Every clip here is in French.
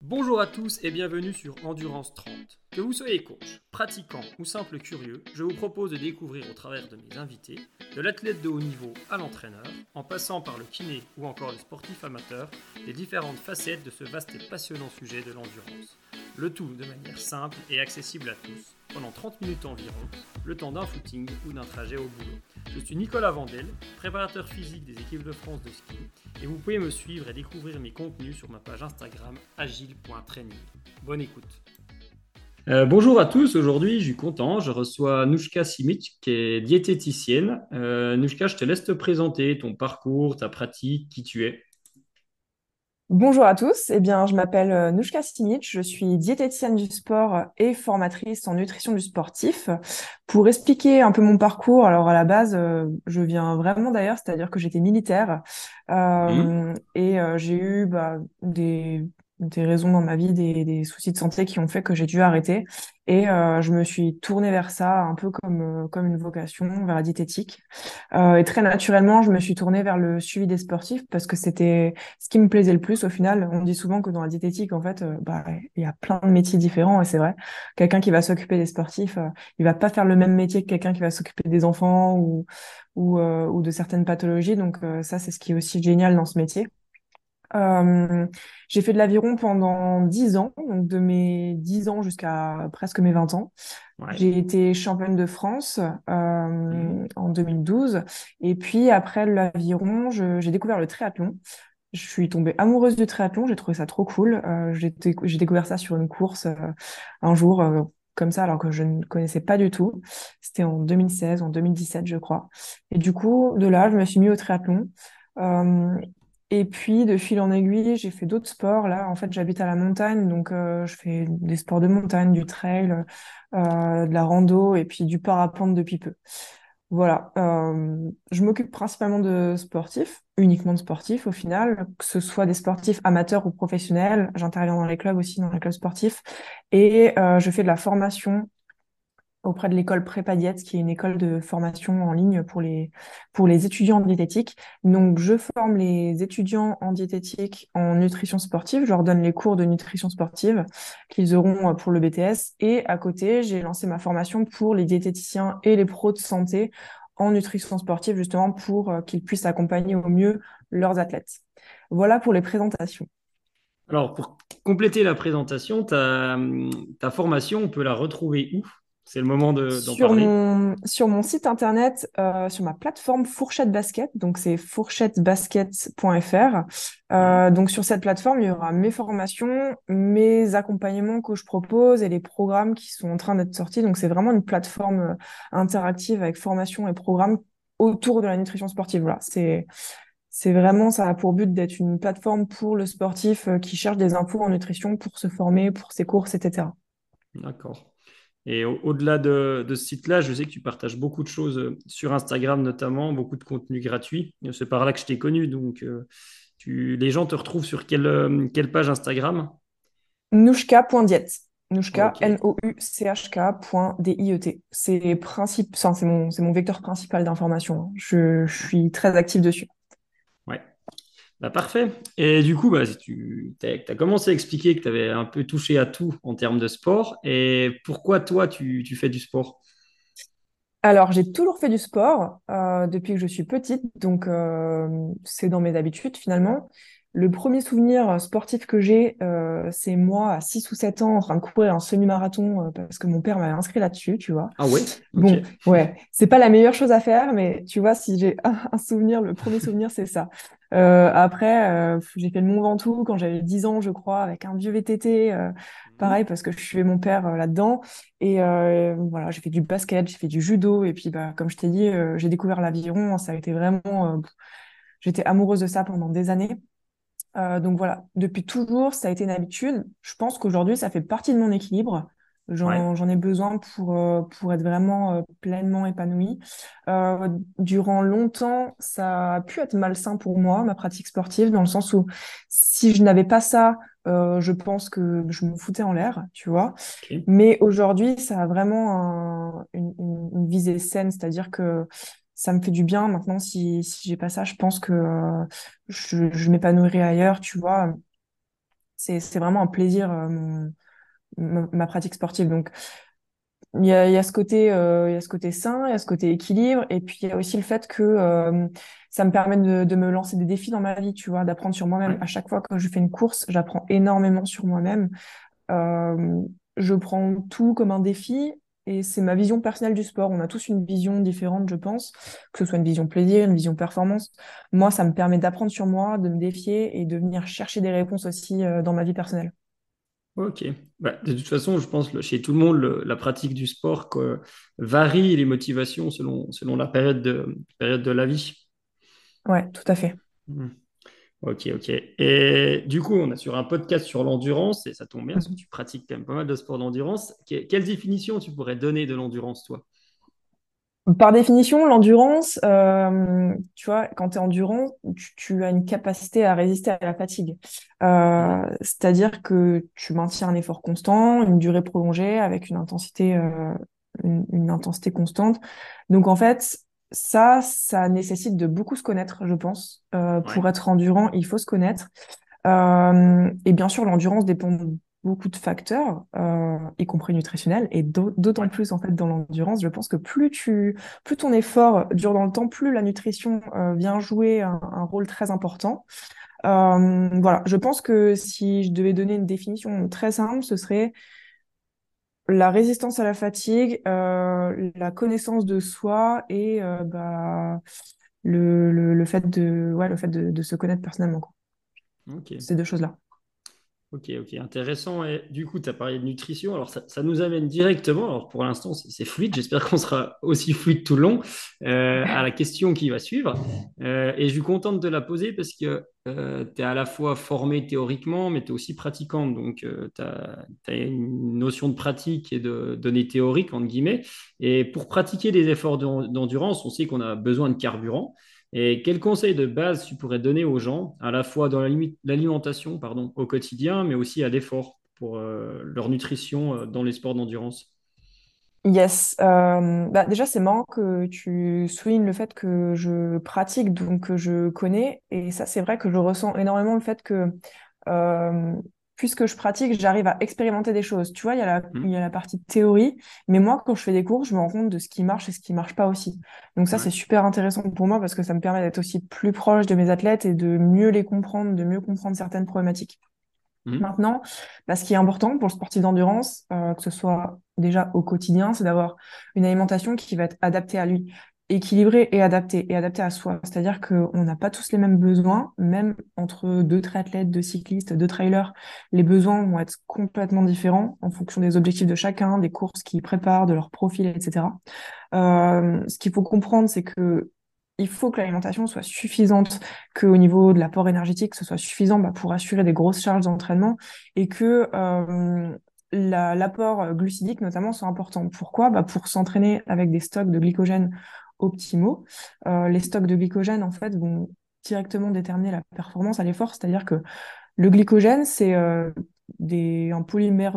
Bonjour à tous et bienvenue sur Endurance 30. Que vous soyez coach, pratiquant ou simple curieux, je vous propose de découvrir au travers de mes invités, de l'athlète de haut niveau à l'entraîneur, en passant par le kiné ou encore le sportif amateur, les différentes facettes de ce vaste et passionnant sujet de l'endurance. Le tout de manière simple et accessible à tous, pendant 30 minutes environ, le temps d'un footing ou d'un trajet au boulot. Je suis Nicolas Vandel, préparateur physique des équipes de France de ski, et vous pouvez me suivre et découvrir mes contenus sur ma page Instagram agile.training. Bonne écoute. Bonjour à tous, aujourd'hui je suis content, je reçois Nouchka Simic qui est diététicienne. Nouchka, je te laisse te présenter ton parcours, ta pratique, qui tu es. Bonjour à tous, je m'appelle Nouchka Simic, je suis diététicienne du sport et formatrice en nutrition du sportif. Pour expliquer un peu mon parcours, alors à la base, je viens vraiment d'ailleurs, c'est-à-dire que j'étais militaire j'ai eu des raisons dans ma vie, des soucis de santé qui ont fait que j'ai dû arrêter. Je me suis tournée vers ça un peu comme une vocation, vers la diététique. Et très naturellement, je me suis tournée vers le suivi des sportifs parce que c'était ce qui me plaisait le plus au final. On dit souvent que dans la diététique, en fait, il y a plein de métiers différents et c'est vrai. Quelqu'un qui va s'occuper des sportifs, il va pas faire le même métier que quelqu'un qui va s'occuper des enfants ou de certaines pathologies. Ça, c'est ce qui est aussi génial dans ce métier. Euh, j'ai fait de l'aviron pendant 10 ans, donc de mes 10 ans jusqu'à presque mes 20 ans. Ouais. J'ai été championne de France Mhm. en 2012. Et puis après l'aviron, j'ai découvert le triathlon. Je suis tombée amoureuse du triathlon, j'ai trouvé ça trop cool. J'ai découvert ça sur une course un jour, comme ça, alors que je ne connaissais pas du tout. C'était en 2016, en 2017, je crois. Et du coup, de là, je me suis mis au triathlon. Euh, et puis, de fil en aiguille, j'ai fait d'autres sports. Là, en fait, j'habite à la montagne, donc je fais des sports de montagne, du trail, de la rando et puis du parapente depuis peu. Voilà, je m'occupe principalement de sportifs, uniquement de sportifs au final, que ce soit des sportifs amateurs ou professionnels. J'interviens dans les clubs aussi, dans les clubs sportifs. Je fais de la formation auprès de l'école Prépa Diète, qui est une école de formation en ligne pour les étudiants en diététique. Donc, je forme les étudiants en diététique, en nutrition sportive. Je leur donne les cours de nutrition sportive qu'ils auront pour le BTS. Et à côté, j'ai lancé ma formation pour les diététiciens et les pros de santé en nutrition sportive, justement pour qu'ils puissent accompagner au mieux leurs athlètes. Voilà pour les présentations. Alors, pour compléter la présentation, ta formation, on peut la retrouver où? C'est le moment d'en parler. Sur mon site internet, sur ma plateforme Fourchette Basket, donc c'est fourchettebasket.fr. Ouais. Donc sur cette plateforme, il y aura mes formations, mes accompagnements que je propose et les programmes qui sont en train d'être sortis. Donc c'est vraiment une plateforme interactive avec formation et programmes autour de la nutrition sportive. Voilà, c'est vraiment, ça a pour but d'être une plateforme pour le sportif qui cherche des infos en nutrition pour se former, pour ses courses, etc. D'accord. Et au-delà de ce site-là, je sais que tu partages beaucoup de choses sur Instagram notamment, beaucoup de contenu gratuit. C'est par là que je t'ai connu. Donc, les gens te retrouvent sur quelle page Instagram? Nouchka.diet. Nouchka, Ok. Nouchk.diet. C'est mon vecteur principal d'information, hein. Je suis très active dessus. Ouais. Bah, parfait. Et du coup, bah, si tu as commencé à expliquer que tu avais un peu touché à tout en termes de sport. Et pourquoi toi, tu fais du sport? Alors, j'ai toujours fait du sport depuis que je suis petite, c'est dans mes habitudes finalement. Le premier souvenir sportif que j'ai, c'est moi à 6 ou 7 ans en train de courir un semi-marathon parce que mon père m'avait inscrit là-dessus, tu vois. Ah ouais? Ok. Bon, ouais, c'est pas la meilleure chose à faire, mais tu vois, si j'ai un souvenir, le premier souvenir, c'est ça. J'ai fait le Mont Ventoux quand j'avais 10 ans, je crois, avec un vieux VTT, pareil, parce que je suivais mon père là-dedans. Voilà, j'ai fait du basket, j'ai fait du judo, et puis, bah, comme je t'ai dit, j'ai découvert l'aviron, ça a été vraiment, j'étais amoureuse de ça pendant des années. Donc voilà, depuis toujours, ça a été une habitude. Je pense qu'aujourd'hui, ça fait partie de mon équilibre. Ouais. J'en ai besoin pour être vraiment pleinement épanouie. Durant longtemps, ça a pu être malsain pour moi, ma pratique sportive, dans le sens où si je n'avais pas ça, je pense que je me foutais en l'air, tu vois. Ok. Mais aujourd'hui, ça a vraiment une visée saine, c'est-à-dire que ça me fait du bien. Maintenant, si j'ai pas ça, je pense que je m'épanouirais ailleurs, tu vois. c'est vraiment un plaisir, ma pratique sportive. Donc, il y a ce côté, il y a ce côté sain, il y a ce côté équilibre, et puis il y a aussi le fait que ça me permet de me lancer des défis dans ma vie, tu vois, d'apprendre sur moi-même. Ouais. À chaque fois que je fais une course, j'apprends énormément sur moi-même. Euh, je prends tout comme un défi, et c'est ma vision personnelle du sport. On a tous une vision différente, je pense, que ce soit une vision plaisir, une vision performance. Moi, ça me permet d'apprendre sur moi, de me défier et de venir chercher des réponses aussi dans ma vie personnelle. Ok. Bah, de toute façon, je pense que chez tout le monde, la pratique du sport varie les motivations selon la période de la vie. Ouais, tout à fait. Hmm. Ok, ok. Et du coup, on est sur un podcast sur l'endurance, et ça tombe bien parce que Mhm. tu pratiques quand même pas mal de sports d'endurance. Quelle définition tu pourrais donner de l'endurance, toi? Par définition, l'endurance, tu vois, quand tu es endurant, tu as une capacité à résister à la fatigue. Mhm. C'est-à-dire que tu maintiens un effort constant, une durée prolongée, avec une intensité constante. Donc en fait, ça nécessite de beaucoup se connaître, je pense. Ouais, Pour être endurant, il faut se connaître. Et bien sûr, l'endurance dépend de beaucoup de facteurs, y compris nutritionnels, et d'autant ouais. plus en fait dans l'endurance. Je pense que plus ton effort dure dans le temps, plus la nutrition vient jouer un rôle très important. Voilà, je pense que si je devais donner une définition très simple, ce serait la résistance à la fatigue, la connaissance de soi et le fait de se connaître personnellement, quoi. Ok. Ces deux choses-là. Ok, ok, intéressant. Et du coup, tu as parlé de nutrition. Alors, ça nous amène directement, alors pour l'instant, c'est fluide. J'espère qu'on sera aussi fluide tout le long, à la question qui va suivre. Et je suis contente de la poser parce que tu es à la fois formée théoriquement, mais tu es aussi pratiquante. Donc, tu as une notion de pratique et de données théoriques, entre guillemets. Et pour pratiquer des efforts d'endurance, on sait qu'on a besoin de carburant. Et quels conseils de base tu pourrais donner aux gens, à la fois dans l'alimentation, pardon, au quotidien, mais aussi à l'effort pour leur nutrition dans les sports d'endurance? Yes. Déjà, c'est marrant que tu soulignes le fait que je pratique, donc que je connais. Et ça, c'est vrai que je ressens énormément le fait que, euh, puisque je pratique, j'arrive à expérimenter des choses. Tu vois, il y a Hmm. la partie théorie, mais moi, quand je fais des cours, je me rends compte de ce qui marche et ce qui marche pas aussi. Donc ça, c'est Ouais. super intéressant pour moi parce que ça me permet d'être aussi plus proche de mes athlètes et de mieux les comprendre, de mieux comprendre certaines problématiques. Hmm. Maintenant, ce qui est important pour le sportif d'endurance, que ce soit déjà au quotidien, c'est d'avoir une alimentation qui va être adaptée à lui, équilibrée et adaptée à soi. C'est-à-dire qu'on n'a pas tous les mêmes besoins, même entre deux triathlètes, deux cyclistes, deux trailers, les besoins vont être complètement différents en fonction des objectifs de chacun, des courses qu'ils préparent, de leur profil, etc. Ce qu'il faut comprendre, c'est que il faut que l'alimentation soit suffisante, qu'au niveau de l'apport énergétique, ce soit suffisant pour assurer des grosses charges d'entraînement et que l'apport glucidique notamment soit important. Pourquoi? Pour s'entraîner avec des stocks de glycogène optimaux. Les stocks de glycogène, en fait, vont directement déterminer la performance à l'effort, c'est-à-dire que le glycogène, c'est un polymère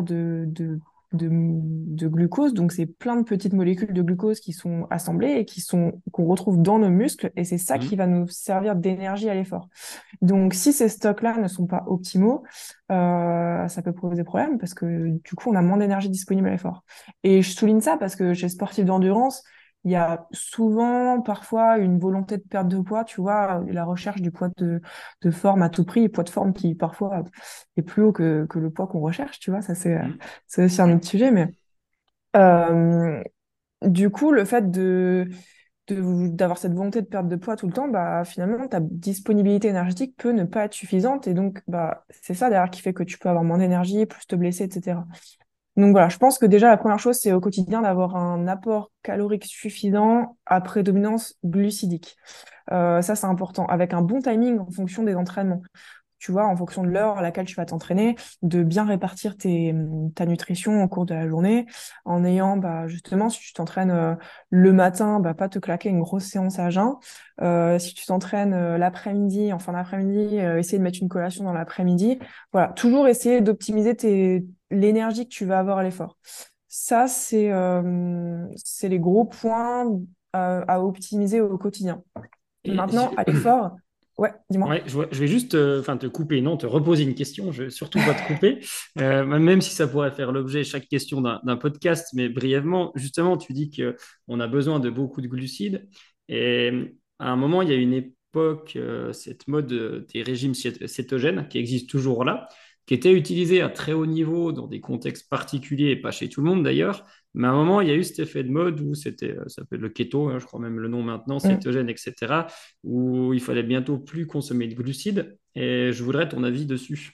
de glucose. Donc, c'est plein de petites molécules de glucose qui sont assemblées et qu'on retrouve dans nos muscles. Et c'est ça qui Hmm. va nous servir d'énergie à l'effort. Donc, si ces stocks-là ne sont pas optimaux, ça peut poser problème parce que du coup, on a moins d'énergie disponible à l'effort. Et je souligne ça parce que chez sportifs d'endurance, il y a souvent, parfois, une volonté de perte de poids, tu vois, la recherche du poids de forme à tout prix, poids de forme qui parfois est plus haut que le poids qu'on recherche, tu vois, ça Hmm. c'est aussi un autre sujet, mais euh, du coup, le fait d'avoir cette volonté de perte de poids tout le temps, finalement, ta disponibilité énergétique peut ne pas être suffisante, et donc, c'est ça derrière qui fait que tu peux avoir moins d'énergie, plus te blesser, etc. Donc voilà, je pense que déjà la première chose, c'est au quotidien d'avoir un apport calorique suffisant à prédominance glucidique. Ça, c'est important, avec un bon timing en fonction des entraînements. Tu vois, en fonction de l'heure à laquelle tu vas t'entraîner, de bien répartir ta nutrition au cours de la journée, en ayant, justement, si tu t'entraînes le matin, pas te claquer une grosse séance à jeun. Si tu t'entraînes l'après-midi, en fin d'après-midi, essayer de mettre une collation dans l'après-midi. Voilà, toujours essayer d'optimiser l'énergie que tu vas avoir à l'effort. Ça, c'est les gros points à optimiser au quotidien. Et Maintenant, à l'effort. Ouais, dis-moi. Ouais, je vais juste te couper, non, te reposer une question. Je vais surtout pas te couper, même si ça pourrait faire l'objet chaque question d'un podcast, mais brièvement, justement, tu dis que on a besoin de beaucoup de glucides. Et à un moment, il y a une époque, cette mode des régimes cétogènes qui existe toujours là, qui était utilisée à très haut niveau dans des contextes particuliers et pas chez tout le monde d'ailleurs. Mais à un moment, il y a eu cet effet de mode où c'était, ça s'appelle le keto, hein, je crois même le nom maintenant, Mm. cétogène, etc., où il fallait bientôt plus consommer de glucides. Et je voudrais ton avis dessus.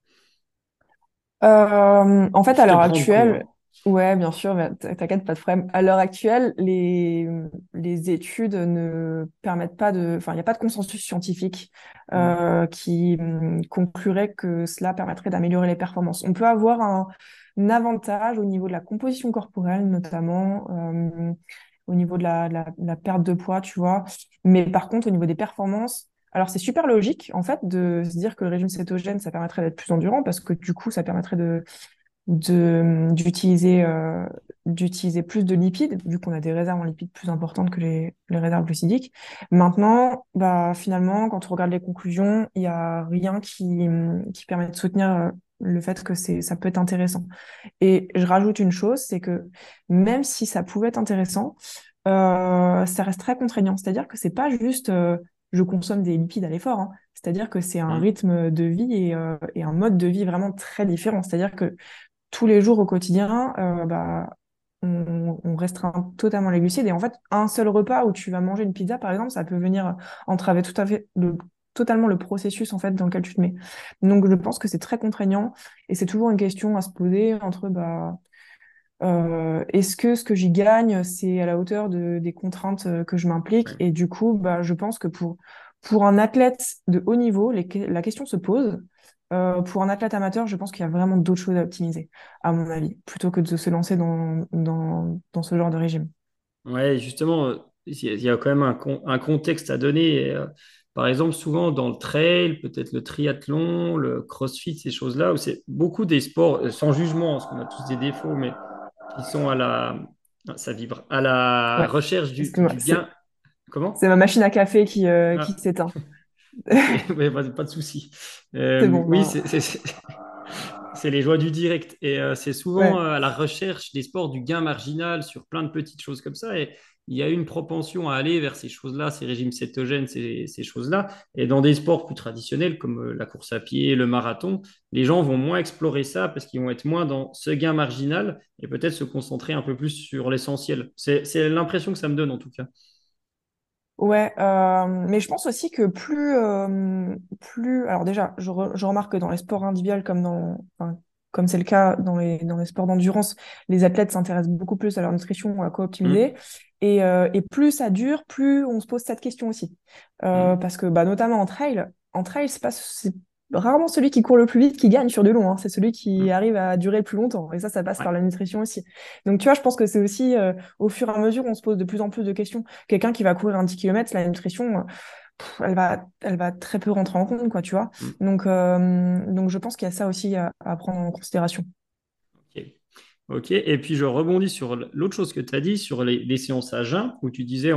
En fait, à Je te l'heure prends de court, actuelle, hein. ouais, bien sûr, mais t'inquiète, pas de problème. À l'heure actuelle, les études ne permettent pas de, enfin, il n'y a pas de consensus scientifique Mm. qui conclurait que cela permettrait d'améliorer les performances. On peut avoir un avantage au niveau de la composition corporelle, notamment au niveau de la perte de poids, tu vois. Mais par contre, au niveau des performances, alors, c'est super logique, en fait, de se dire que le régime cétogène, ça permettrait d'être plus endurant parce que du coup, ça permettrait d'utiliser plus de lipides, vu qu'on a des réserves en lipides plus importantes que les réserves glucidiques. Maintenant, bah, finalement, quand on regarde les conclusions, il n'y a rien qui permet de soutenir le fait que ça peut être intéressant. Et je rajoute une chose, c'est que même si ça pouvait être intéressant, ça reste très contraignant. C'est-à-dire que c'est pas juste je consomme des lipides à l'effort, hein. C'est-à-dire que c'est un Mm. rythme de vie et un mode de vie vraiment très différent. C'est-à-dire que tous les jours au quotidien, bah, on restreint totalement les glucides. Et en fait, un seul repas où tu vas manger une pizza, par exemple, ça peut venir entraver tout à fait totalement le processus en fait dans lequel tu te mets. Donc, je pense que c'est très contraignant et c'est toujours une question à se poser entre bah, est-ce que ce que j'y gagne, c'est à la hauteur des contraintes que je m'implique? Ouais. Et du coup, bah, je pense que pour un athlète de haut niveau, la question se pose. Pour un athlète amateur, je pense qu'il y a vraiment d'autres choses à optimiser, à mon avis, plutôt que de se lancer dans ce genre de régime. Ouais, justement, il y a quand même un contexte à donner. Et, par exemple, souvent dans le trail, peut-être le triathlon, le crossfit, ces choses-là, où c'est beaucoup des sports, sans jugement, parce qu'on a tous des défauts, mais qui sont ça vibre, à la Ouais, recherche excuse-moi, du gain. c'est Comment? ma machine à café qui Ah, s'éteint. ok, ouais, pas de souci. C'est bon, Oui, non. c'est les joies du direct. Et c'est souvent Ouais. à la recherche des sports du gain marginal sur plein de petites choses comme ça. Et il y a une propension à aller vers ces choses-là, ces régimes cétogènes, ces choses-là. Et dans des sports plus traditionnels comme la course à pied, le marathon, les gens vont moins explorer ça parce qu'ils vont être moins dans ce gain marginal et peut-être se concentrer un peu plus sur l'essentiel. C'est l'impression que ça me donne en tout cas. Ouais, mais je pense aussi que alors déjà, je remarque que dans les sports individuels enfin, comme c'est le cas dans les sports d'endurance, les athlètes s'intéressent beaucoup plus à leur nutrition, à quoi optimiser. Hum, Et plus ça dure, plus on se pose cette question aussi. hum, Parce que, bah, notamment en trail, c'est rarement celui qui court le plus vite qui gagne sur du long, hein. C'est celui qui hum. arrive à durer le plus longtemps. Et ça passe Ouais. par la nutrition aussi. Donc, tu vois, je pense que c'est aussi, au fur et à mesure, on se pose de plus en plus de questions. Quelqu'un qui va courir un 10 km, la nutrition, elle va très peu rentrer en compte, quoi, tu vois. Hum. Donc je pense qu'il y a ça aussi à prendre en considération. Ok. Ok. Et puis je rebondis sur l'autre chose que tu as dit sur les séances à jeun, où tu disais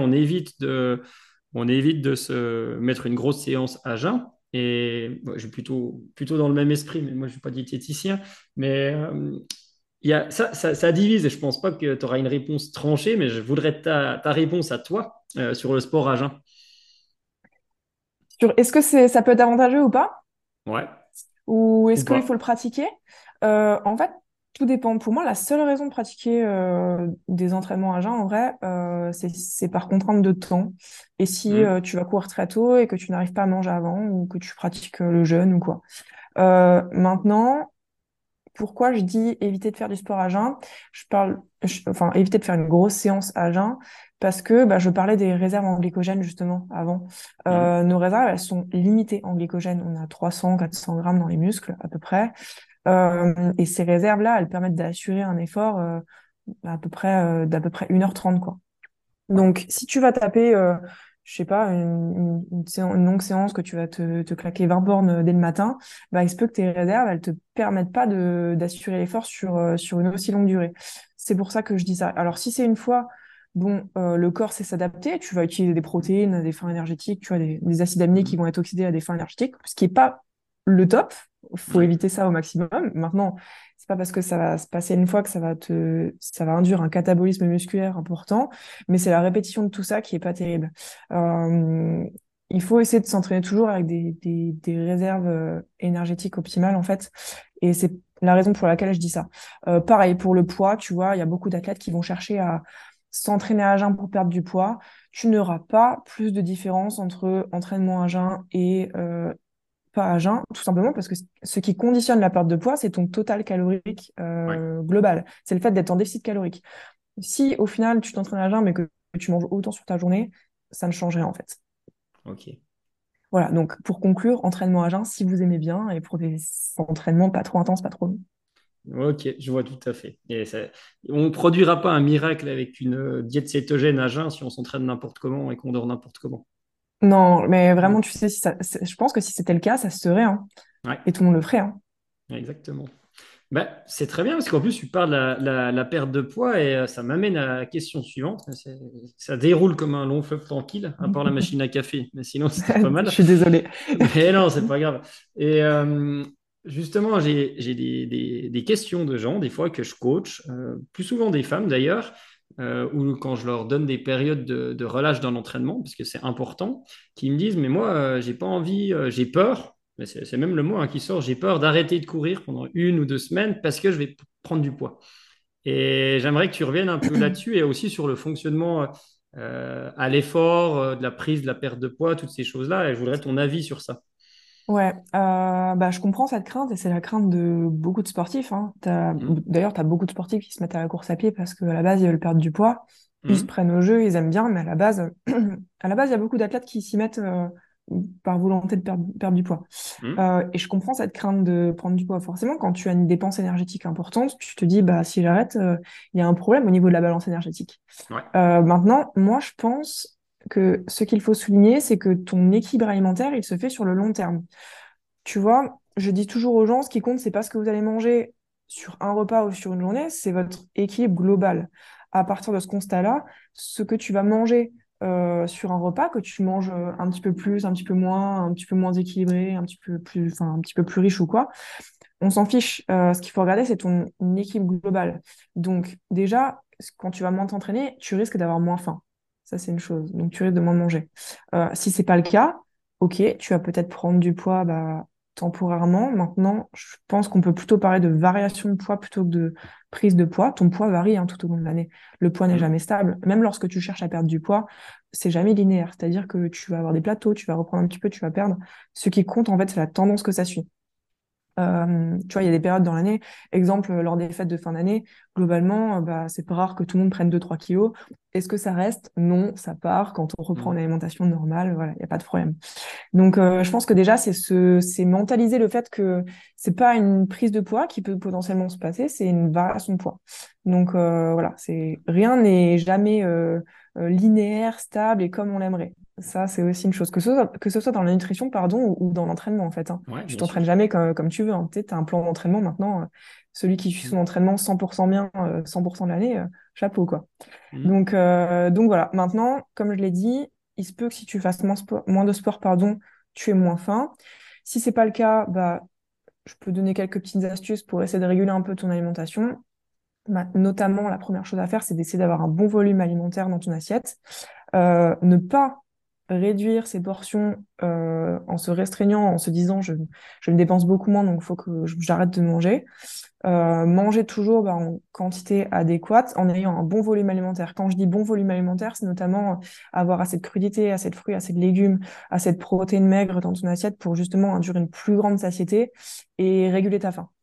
on évite de se mettre une grosse séance à jeun. Et bon, je suis plutôt dans le même esprit, mais moi je ne suis pas diététicien. Mais ça divise et je ne pense pas que tu auras une réponse tranchée, mais je voudrais ta réponse à toi sur le sport à jeun. Est-ce que ça peut être avantageux ou pas? Ouais, Ou ou est-ce qu'il faut le pas. pratiquer? En fait, tout dépend. Pour moi, la seule raison de pratiquer des entraînements à jeun, en vrai, c'est par contrainte de temps. Et si Hum, tu vas courir très tôt et que tu n'arrives pas à manger avant ou que tu pratiques le jeûne ou quoi. Maintenant, pourquoi je dis éviter de faire du sport à jeun? Enfin, éviter de faire une grosse séance à jeun parce que bah, je parlais des réserves en glycogène justement avant. hum. Nos réserves, elles sont limitées en glycogène. On a 300, 400 grammes dans les muscles à peu près. Et ces réserves-là, elles permettent d'assurer un effort d'à peu près 1h30, quoi. Donc, si tu vas taper, je sais pas, une longue séance que tu vas te claquer 20 bornes dès le matin, bah, il se peut que tes réserves, elles te permettent pas d'assurer l'effort sur une aussi longue durée. C'est pour ça que je dis ça. Alors, si c'est une fois, Bon, le corps sait s'adapter. Tu vas utiliser des protéines, des fins énergétiques, tu vois, des acides aminés qui Mhm. vont être oxydés à des fins énergétiques, ce qui est pas le top. Faut Ouais, éviter ça au maximum. Maintenant, c'est pas parce que ça va se passer une fois que ça va induire un catabolisme musculaire important, mais c'est la répétition de tout ça qui est pas terrible. Euh, il faut essayer de s'entraîner toujours avec des réserves énergétiques optimales, en fait. Et c'est la raison pour laquelle je dis ça. Pareil, pour le poids, tu vois, il y a beaucoup d'athlètes qui vont chercher à s'entraîner à jeun pour perdre du poids. Tu n'auras pas plus de différence entre entraînement à jeun et pas à jeun, tout simplement parce que ce qui conditionne la perte de poids, c'est ton total calorique ouais, global. C'est le fait d'être en déficit calorique. Si au final tu t'entraînes à jeun mais que tu manges autant sur ta journée, ça ne change rien en fait. ok. Voilà, donc pour conclure, entraînement à jeun si vous aimez bien et pour des entraînements pas trop intenses, pas trop longs. Ok, je vois tout à fait. On ne produira pas un miracle avec une diète cétogène à jeun si on s'entraîne n'importe comment et qu'on dort n'importe comment. Non, mais Mm. vraiment, tu sais, je pense que si c'était le cas, ça se serait, hein, Ouais, et tout le monde le ferait, hein. exactement. Bah, c'est très bien parce qu'en plus, tu parles de la perte de poids et ça m'amène à la question suivante. Ça déroule comme un long fleuve tranquille, à part la machine à café. Mais sinon, c'était pas Je mal. suis désolée. Mais non, c'est pas grave. Et justement, j'ai des questions de gens, des fois que je coach, plus souvent des femmes d'ailleurs, ou quand je leur donne des périodes de relâche dans l'entraînement, parce que c'est important, qui me disent, mais moi, j'ai pas envie, j'ai peur, mais c'est même le mot hein, qui sort, j'ai peur d'arrêter de courir pendant 1 ou 2 semaines parce que je vais prendre du poids. Et j'aimerais que tu reviennes un peu là-dessus et aussi sur le fonctionnement à l'effort, de la prise, de la perte de poids, toutes ces choses-là. Et je voudrais ton avis sur ça. Ouais, bah, je comprends cette crainte et c'est la crainte de beaucoup de sportifs, hein. Mhm. D'ailleurs, tu as beaucoup de sportifs qui se mettent à la course à pied parce qu'à la base, ils veulent perdre du poids. Ils se Mhm. prennent au jeu, ils aiment bien, mais à la base, à la base, il y a beaucoup d'athlètes qui s'y mettent par volonté de perdre du poids. Mhm. Et je comprends cette crainte de prendre du poids. Forcément, quand tu as une dépense énergétique importante, tu te dis, bah, si j'arrête, il y a un problème au niveau de la balance énergétique. Ouais. Maintenant, moi, je pense que ce qu'il faut souligner, c'est que ton équilibre alimentaire, il se fait sur le long terme. Tu vois, je dis toujours aux gens, ce qui compte, c'est pas ce que vous allez manger sur un repas ou sur une journée, c'est votre équilibre global. À partir de ce constat-là, ce que tu vas manger sur un repas, que tu manges un petit peu plus, un petit peu moins équilibré, un petit peu plus, enfin, un petit peu plus riche ou quoi, on s'en fiche. Ce qu'il faut regarder, c'est ton équilibre global. Donc, déjà, quand tu vas moins t'entraîner, tu risques d'avoir moins faim. Ça, c'est une chose. Donc, tu risques de moins manger. Si c'est pas le cas, ok, tu vas peut-être prendre du poids bah, temporairement. Maintenant, je pense qu'on peut plutôt parler de variation de poids plutôt que de prise de poids. Ton poids varie hein, tout au long de l'année. Le poids n'est Mhm. jamais stable. Même lorsque tu cherches à perdre du poids, c'est jamais linéaire. C'est-à-dire que tu vas avoir des plateaux, tu vas reprendre un petit peu, tu vas perdre. Ce qui compte, en fait, c'est la tendance que ça suit. Tu vois, il y a des périodes dans l'année, exemple, lors des fêtes de fin d'année, globalement, bah, c'est pas rare que tout le monde prenne 2-3 kilos. Est-ce que ça reste? Non, ça part. Quand on reprend une Mhm. alimentation normale, voilà, il n'y a pas de problème. Donc, je pense que déjà, c'est mentaliser le fait que c'est pas une prise de poids qui peut potentiellement se passer, c'est une variation de poids. Donc, voilà, rien n'est jamais linéaire, stable et comme on l'aimerait. Ça, c'est aussi une chose. Que ce soit dans la nutrition, pardon, ou dans l'entraînement, en fait, hein. Ouais, Tu bien t'entraînes sûr. jamais comme tu veux, hein. Tu sais, t'as un plan d'entraînement maintenant. Celui qui suit Mhm. son entraînement 100% bien, 100% de l'année, chapeau, quoi. Mhm. Donc voilà. Maintenant, comme je l'ai dit, il se peut que si tu fasses moins de sport, pardon, tu aies moins faim. Si c'est pas le cas, bah, je peux donner quelques petites astuces pour essayer de réguler un peu ton alimentation. Bah, notamment, la première chose à faire, c'est d'essayer d'avoir un bon volume alimentaire dans ton assiette. Ne pas réduire ses portions en se restreignant, en se disant je me dépense beaucoup moins, donc il faut que j'arrête de manger. Manger toujours bah, en quantité adéquate, en ayant un bon volume alimentaire. Quand je dis bon volume alimentaire, c'est notamment avoir assez de crudités, assez de fruits, assez de légumes, assez de protéines maigres dans ton assiette pour justement induire une plus grande satiété et réguler ta faim.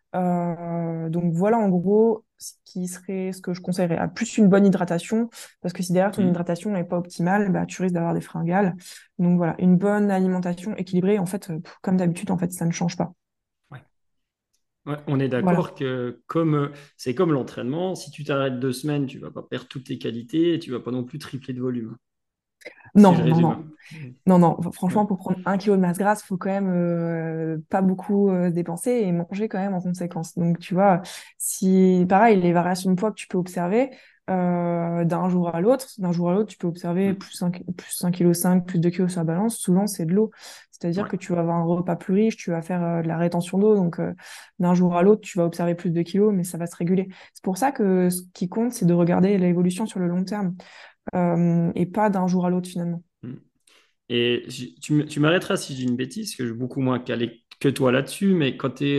Donc voilà en gros ce qui serait ce que je conseillerais. À plus une bonne hydratation, parce que si derrière ton Mhm. hydratation n'est pas optimale, bah, tu risques d'avoir des fringales. Donc voilà, une bonne alimentation équilibrée, en fait, comme d'habitude, en fait, ça ne change pas. Ouais. Ouais, on est Voilà. d'accord que comme c'est comme l'entraînement, si tu t'arrêtes 2 semaines, tu vas pas perdre toutes tes qualités et tu vas pas non plus tripler de volume. Si je Non, non, résume. non. Non, non, franchement, Ouais. pour prendre 1 kilo de masse grasse, faut quand même pas beaucoup dépenser et manger quand même en conséquence. Donc, tu vois, si, pareil, les variations de poids que tu peux observer, d'un jour à l'autre. D'un jour à l'autre, tu peux observer Mm. plus 5 kg, plus 2 kg sur la balance. Souvent, c'est de l'eau. C'est-à-dire Ouais. que tu vas avoir un repas plus riche, tu vas faire de la rétention d'eau. Donc, d'un jour à l'autre, tu vas observer plus de kilos, mais ça va se réguler. C'est pour ça que ce qui compte, c'est de regarder l'évolution sur le long terme et pas d'un jour à l'autre finalement. Mm. Et tu m'arrêteras si j'ai une bêtise, parce que je suis beaucoup moins calé que toi là-dessus, mais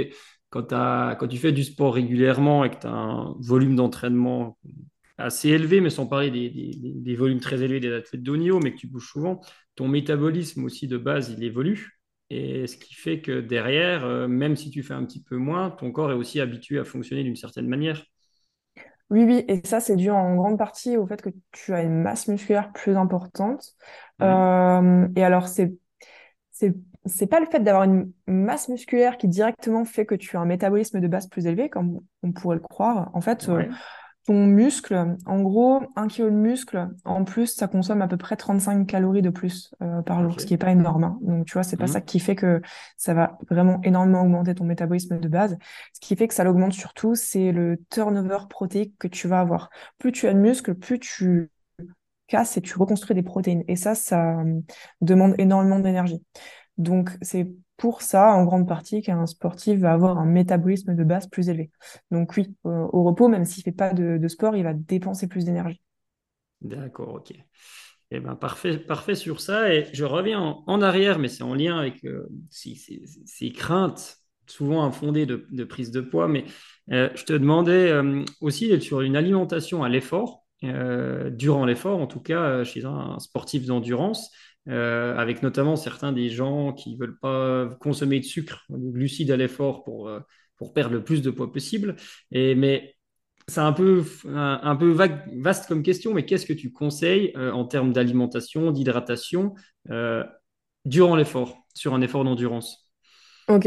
quand tu fais du sport régulièrement et que tu as un volume d'entraînement assez élevé, mais sans parler des volumes très élevés des athlètes de haut niveau, mais que tu bouges souvent, ton métabolisme aussi de base, il évolue. Et ce qui fait que derrière, même si tu fais un petit peu moins, ton corps est aussi habitué à fonctionner d'une certaine manière. Oui, oui, et ça, c'est dû en grande partie au fait que tu as une masse musculaire plus importante. Mhm. Et alors, c'est, c'est pas le fait d'avoir une masse musculaire qui directement fait que tu as un métabolisme de base plus élevé, comme on pourrait le croire. En fait, Ouais, ton muscle, en gros, 1 kilo de muscle, en plus, ça consomme à peu près 35 calories de plus par jour, ce qui ok. est pas énorme, hein. Donc, tu vois, c'est pas ça Mhm. qui fait que ça va vraiment énormément augmenter ton métabolisme de base. Ce qui fait que ça l'augmente surtout, c'est le turnover protéique que tu vas avoir. Plus tu as de muscle, plus tu casses et tu reconstruis des protéines. Et ça demande énormément d'énergie. Donc, c'est pour ça, en grande partie, qu'un sportif va avoir un métabolisme de base plus élevé. Donc oui, au repos, même s'il fait pas de sport, il va dépenser plus d'énergie. D'accord, ok. Eh ben, parfait, parfait sur ça. Et je reviens en arrière, mais c'est en lien avec ces craintes, souvent infondées de prise de poids. Mais je te demandais aussi sur une alimentation à l'effort, durant l'effort, en tout cas chez un sportif d'endurance, avec notamment certains des gens qui veulent pas consommer de sucre, de glucides à l'effort pour perdre le plus de poids possible. Mais c'est un peu vaste comme question, mais qu'est-ce que tu conseilles en termes d'alimentation, d'hydratation durant l'effort, sur un effort d'endurance? Ok.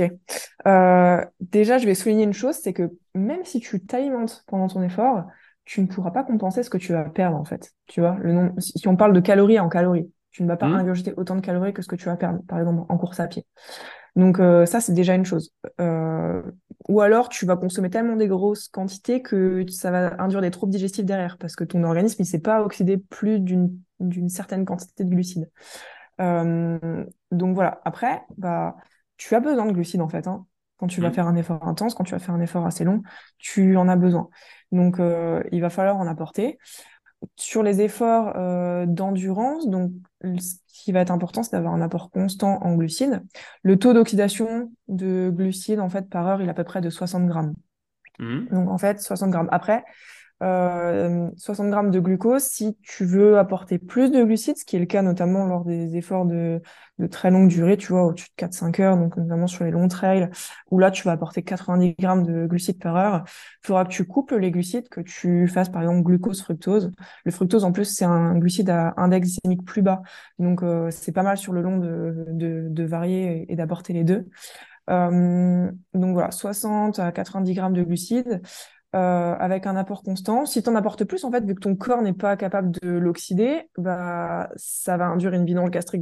Déjà, je vais souligner une chose, c'est que même si tu t'alimentes pendant ton effort, tu ne pourras pas compenser ce que tu vas perdre en fait. Tu vois, si on parle de calories en calories, tu ne vas pas Hmm. ingurgiter autant de calories que ce que tu vas perdre, par exemple, en course à pied. Donc ça, c'est déjà une chose. Euh, ou alors, tu vas consommer tellement des grosses quantités que ça va induire des troubles digestifs derrière, parce que ton organisme, il ne s'est pas oxydé plus d'une certaine quantité de glucides. Donc voilà. Après, bah, tu as besoin de glucides en fait, hein. Quand tu vas faire Hmm. un effort intense, quand tu vas faire un effort assez long, tu en as besoin. Donc il va falloir en apporter. Sur les efforts d'endurance, donc ce qui va être important, c'est d'avoir un apport constant en glucides. Le taux d'oxydation de glucides en fait par heure, il est à peu près de 60 grammes. Hmm. Donc en fait, 60 grammes. Après, 60 grammes de glucose, si tu veux apporter plus de glucides, ce qui est le cas notamment lors des efforts de très longue durée, tu vois, au-dessus de 4-5 heures, donc notamment sur les longs trails, où là, tu vas apporter 90 grammes de glucides par heure, il faudra que tu couples les glucides, que tu fasses par exemple glucose-fructose. Le fructose, en plus, c'est un glucide à index glycémique plus bas, donc c'est pas mal sur le long de varier et d'apporter les deux. Donc voilà, 60 à 90 grammes de glucides avec un apport constant. Si tu en apportes plus, en fait, vu que ton corps n'est pas capable de l'oxyder, bah, ça va induire une vidange gastrique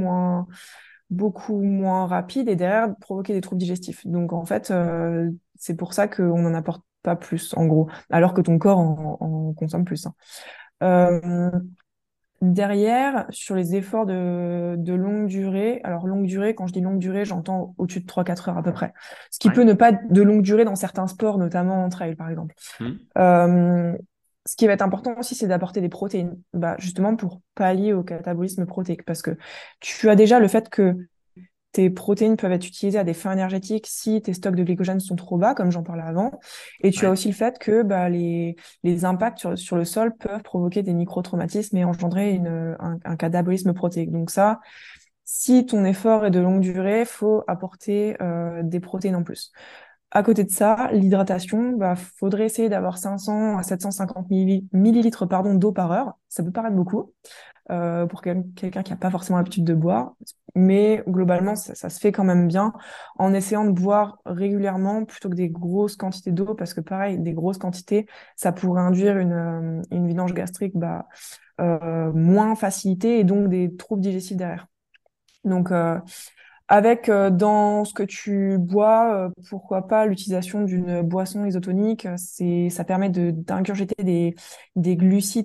beaucoup moins rapide et derrière provoquer des troubles digestifs. Donc en fait, c'est pour ça qu'on n'en apporte pas plus, en gros, alors que ton corps en consomme plus, hein. Euh, Derrière, sur les efforts de longue durée, alors longue durée, quand je dis longue durée, j'entends au-dessus de 3-4 heures à peu près. Ce qui peut Ouais. ne pas être de longue durée dans certains sports, notamment en trail par exemple. Hmm. Euh, Ce qui va être important aussi, c'est d'apporter des protéines, bah, justement pour pallier au catabolisme protéique, parce que tu as déjà le fait que tes protéines peuvent être utilisées à des fins énergétiques si tes stocks de glycogène sont trop bas, comme j'en parlais avant. Et tu as Ouais. aussi le fait que bah, les impacts sur le sol peuvent provoquer des micro-traumatismes et engendrer un catabolisme protéique. Donc ça, si ton effort est de longue durée, il faut apporter des protéines en plus. À côté de ça, l'hydratation, bah, faudrait essayer d'avoir 500 à 750 millilitres pardon, d'eau par heure. Ça peut paraître beaucoup pour quelqu'un qui n'a pas forcément l'habitude de boire, mais globalement, ça se fait quand même bien en essayant de boire régulièrement plutôt que des grosses quantités d'eau, parce que pareil, des grosses quantités, ça pourrait induire une vidange gastrique bah, moins facilitée et donc des troubles digestifs derrière. Donc, Avec dans ce que tu bois, pourquoi pas l'utilisation d'une boisson isotonique, ça permet d'ingurgiter des glucides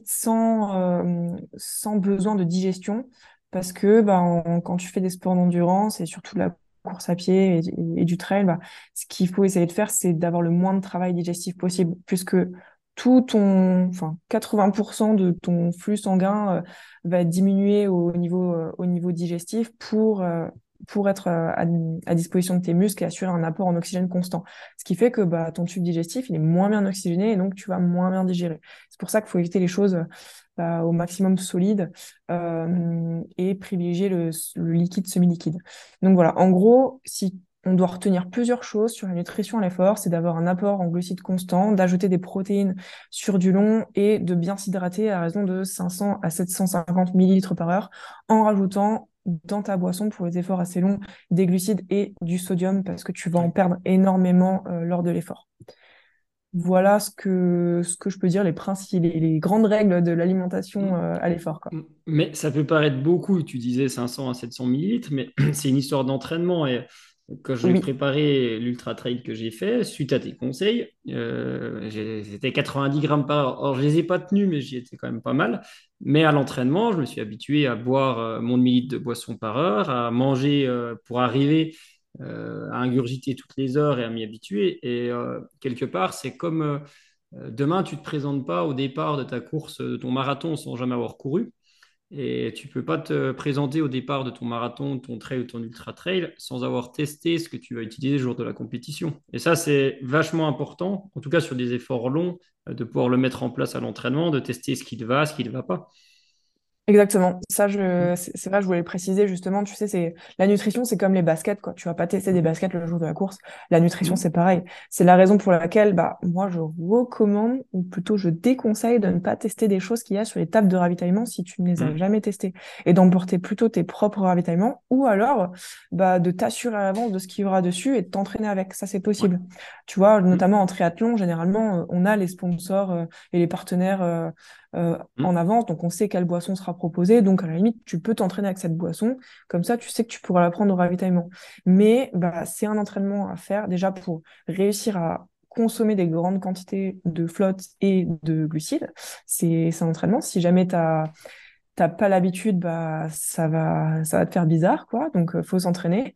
sans besoin de digestion, parce que bah, quand tu fais des sports d'endurance et surtout de la course à pied et du trail, bah, ce qu'il faut essayer de faire, c'est d'avoir le moins de travail digestif possible, puisque enfin 80% de ton flux sanguin va diminuer au niveau digestif pour être à disposition de tes muscles et assurer un apport en oxygène constant. Ce qui fait que bah, ton tube digestif, il est moins bien oxygéné et donc tu vas moins bien digérer. C'est pour ça qu'il faut éviter les choses bah, au maximum solides et privilégier le liquide semi-liquide. Donc voilà, en gros, si on doit retenir plusieurs choses sur la nutrition à l'effort, c'est d'avoir un apport en glucides constant, d'ajouter des protéines sur du long et de bien s'hydrater à raison de 500 à 750 millilitres par heure en rajoutant dans ta boisson pour les efforts assez longs des glucides et du sodium parce que tu vas en Ouais. perdre énormément lors de l'effort. Voilà ce que je peux dire, les grandes règles de l'alimentation à l'effort, quoi. Mais ça peut paraître beaucoup, tu disais 500 à 700 millilitres, mais c'est une histoire d'entraînement. Et quand j'ai Oui, préparé l'ultra trail que j'ai fait, suite à tes conseils, c'était 90 grammes par heure. Or, je les ai pas tenus, mais j'y étais quand même pas mal. Mais à l'entraînement, je me suis habitué à boire mon demi-litre de boisson par heure, à manger pour arriver à ingurgiter toutes les heures et à m'y habituer. Et quelque part, c'est comme demain, tu ne te présentes pas au départ de ta course, de ton marathon sans jamais avoir couru. Et tu peux pas te présenter au départ de ton marathon, de ton trail ou ton ultra trail sans avoir testé ce que tu vas utiliser le jour de la compétition. Et ça, c'est vachement important, en tout cas sur des efforts longs, de pouvoir le mettre en place à l'entraînement, de tester ce qui te va, ce qui ne va pas. exactement. C'est vrai, je voulais le préciser justement. Tu sais, c'est la nutrition, c'est comme les baskets, quoi. Tu vas pas tester des Mhm. baskets le jour de la course. La nutrition, Mhm. c'est pareil. C'est la raison pour laquelle, bah, moi, je recommande, ou plutôt je déconseille de ne pas tester des choses qu'il y a sur les tables de ravitaillement si tu ne les as Mhm. jamais testées et d'emporter plutôt tes propres ravitaillements ou alors, bah, de t'assurer à l'avance de ce qu'il y aura dessus et de t'entraîner avec. Ça, c'est Ouais. possible. Tu vois, Mhm. notamment en triathlon, généralement, on a les sponsors et les partenaires. En Mhm. avance, donc on sait quelle boisson sera proposée, donc à la limite, tu peux t'entraîner avec cette boisson, comme ça tu sais que tu pourras la prendre au ravitaillement. Mais bah, c'est un entraînement à faire déjà pour réussir à consommer des grandes quantités de flotte et de glucides. C'est un entraînement. Si jamais t'as pas l'habitude, bah ça va te faire bizarre, quoi. Donc faut s'entraîner.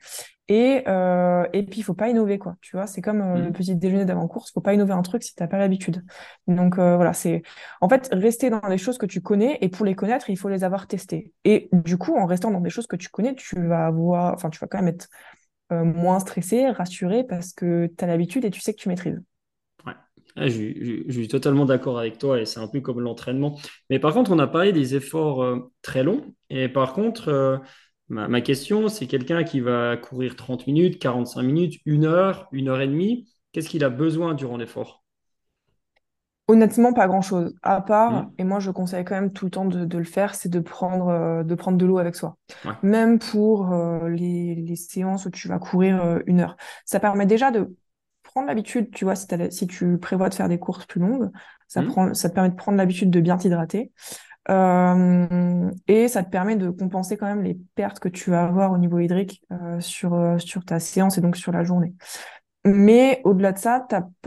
Et puis il faut pas innover, quoi. Tu vois, c'est comme le Mhm. petit déjeuner d'avant-course, faut pas innover un truc si t'as pas l'habitude. Donc voilà, c'est en fait rester dans les choses que tu connais et pour les connaître, il faut les avoir testées. Et du coup, en restant dans des choses que tu connais, tu vas quand même être moins stressé, rassuré parce que tu as l'habitude et tu sais que tu maîtrises. Ouais. Ah, je suis totalement d'accord avec toi et c'est un peu comme l'entraînement. Mais par contre, on a parlé des efforts très longs. Et par contre, ma question, c'est quelqu'un qui va courir 30 minutes, 45 minutes, 1 heure et demie. Qu'est-ce qu'il a besoin durant l'effort? Honnêtement, pas grand-chose. À part, Hmm. et moi je conseille quand même tout le temps de le faire, c'est de prendre de l'eau avec soi. Ouais. Même pour les séances où tu vas courir 1 heure. Ça permet déjà de prendre l'habitude, tu vois, si tu prévois de faire des courses plus longues, Hmm. ça te permet de prendre l'habitude de bien t'hydrater. Et ça te permet de compenser quand même les pertes que tu vas avoir au niveau hydrique sur ta séance et donc sur la journée. Mais au-delà de ça,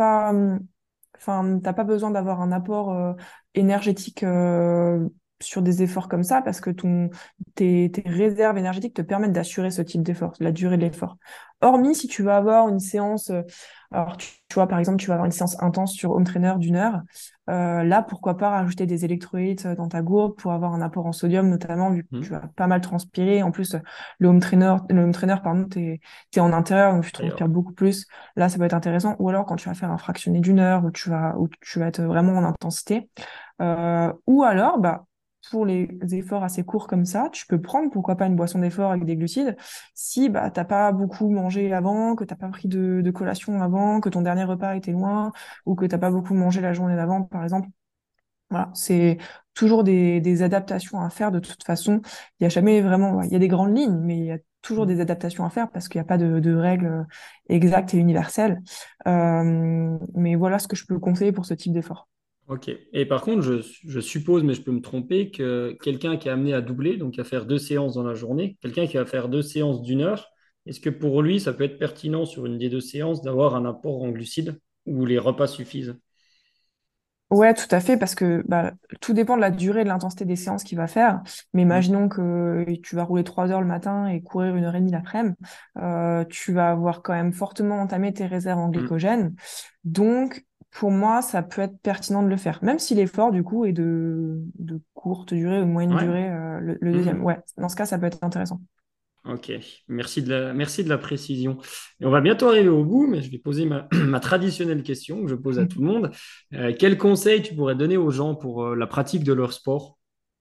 t'as pas besoin d'avoir un apport énergétique sur des efforts comme ça parce que tes réserves énergétiques te permettent d'assurer ce type d'effort, la durée de l'effort. Hormis si tu vas avoir une séance, alors tu vois par exemple tu vas avoir une séance intense sur home trainer d'1 heure, là pourquoi pas rajouter des électrolytes dans ta gourde pour avoir un apport en sodium notamment vu que tu Hmm. vas pas mal transpirer. En plus le home trainer pardon, t'es en intérieur donc tu transpires D'ailleurs. beaucoup plus. Là, ça peut être intéressant. Ou alors quand tu vas faire un fractionné d'1 heure où tu vas être vraiment en intensité. Ou alors, bah, pour les efforts assez courts comme ça, tu peux prendre, pourquoi pas, une boisson d'effort avec des glucides. Si bah, t'as pas beaucoup mangé avant, que t'as pas pris de collation avant, que ton dernier repas était loin, ou que t'as pas beaucoup mangé la journée d'avant, par exemple. Voilà, c'est toujours des adaptations à faire de toute façon. Il y a jamais vraiment, ouais, il y a des grandes lignes, mais il y a toujours des adaptations à faire parce qu'il n'y a pas de règles exactes et universelles. Mais voilà ce que je peux conseiller pour ce type d'effort. Ok. Et par contre, je suppose, mais je peux me tromper, que quelqu'un qui est amené à doubler, donc à faire 2 séances dans la journée, quelqu'un qui va faire 2 séances d'1 heure, Est-ce que pour lui, ça peut être pertinent sur une des deux séances d'avoir un apport en glucides ou les repas suffisent? Ouais, tout à fait, parce que bah, tout dépend de la durée et de l'intensité des séances qu'il va faire. Mais Mm, imaginons que tu vas rouler 3 heures le matin et courir 1 heure et demie l'après-midi, tu vas avoir quand même fortement entamé tes réserves en mm. glycogène. Donc, pour moi, ça peut être pertinent de le faire, même si l'effort, du coup, est de courte durée ou de moyenne Ouais. durée, le deuxième. Mm. Ouais, dans ce cas, ça peut être intéressant. Ok, merci de la précision. Et on va bientôt arriver au bout, mais je vais poser ma traditionnelle question que je pose à tout le monde. Quel conseil tu pourrais donner aux gens pour la pratique de leur sport?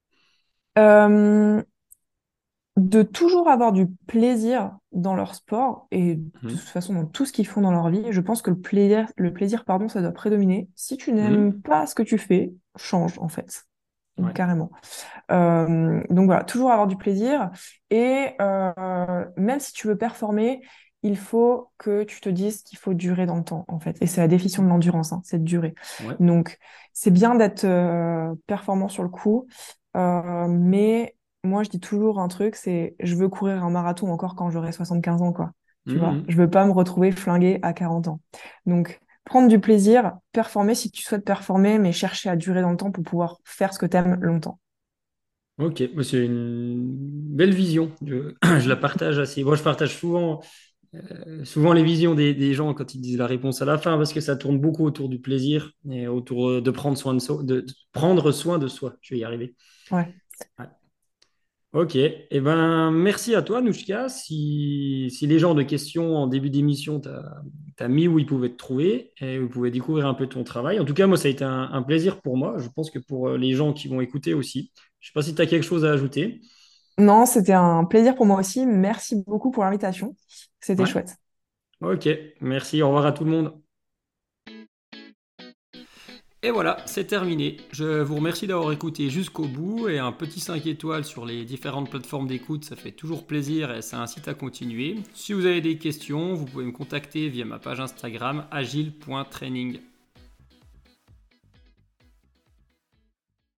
Euh, de toujours avoir du plaisir dans leur sport et de toute Mhm, façon dans tout ce qu'ils font dans leur vie. Je pense que le plaisir, pardon, ça doit prédominer. Si tu n'aimes mhm. pas ce que tu fais, change en fait, Ouais. carrément. Donc voilà, toujours avoir du plaisir et même si tu veux performer, il faut que tu te dises qu'il faut durer dans le temps en fait. Et c'est la définition de l'endurance, hein, c'est de durer. Ouais. Donc c'est bien d'être performant sur le coup, mais moi je dis toujours un truc, c'est je veux courir un marathon encore quand j'aurai 75 ans quoi. Tu vois, Mhm. je veux pas me retrouver flingué à 40 ans. Donc prendre du plaisir, performer si tu souhaites performer, mais chercher à durer dans le temps pour pouvoir faire ce que tu aimes longtemps. Ok, bah, c'est une belle vision. Je la partage assez. Moi, je partage souvent les visions des gens quand ils disent la réponse à la fin, parce que ça tourne beaucoup autour du plaisir et autour de prendre soin de soi, de prendre soin de soi. Je vais y arriver. Ouais. Ouais. Ok, eh ben, merci à toi, Nouchka. Si les gens ont des questions en début d'émission, t'as mis où ils pouvaient te trouver et vous pouvez découvrir un peu ton travail. En tout cas, moi, ça a été un plaisir pour moi. Je pense que pour les gens qui vont écouter aussi. Je sais pas si tu as quelque chose à ajouter. Non, c'était un plaisir pour moi aussi. Merci beaucoup pour l'invitation. C'était Ouais. chouette. Ok, merci. Au revoir à tout le monde. Et voilà, c'est terminé. Je vous remercie d'avoir écouté jusqu'au bout et un petit 5 étoiles sur les différentes plateformes d'écoute, ça fait toujours plaisir et ça incite à continuer. Si vous avez des questions, vous pouvez me contacter via ma page Instagram agile.training.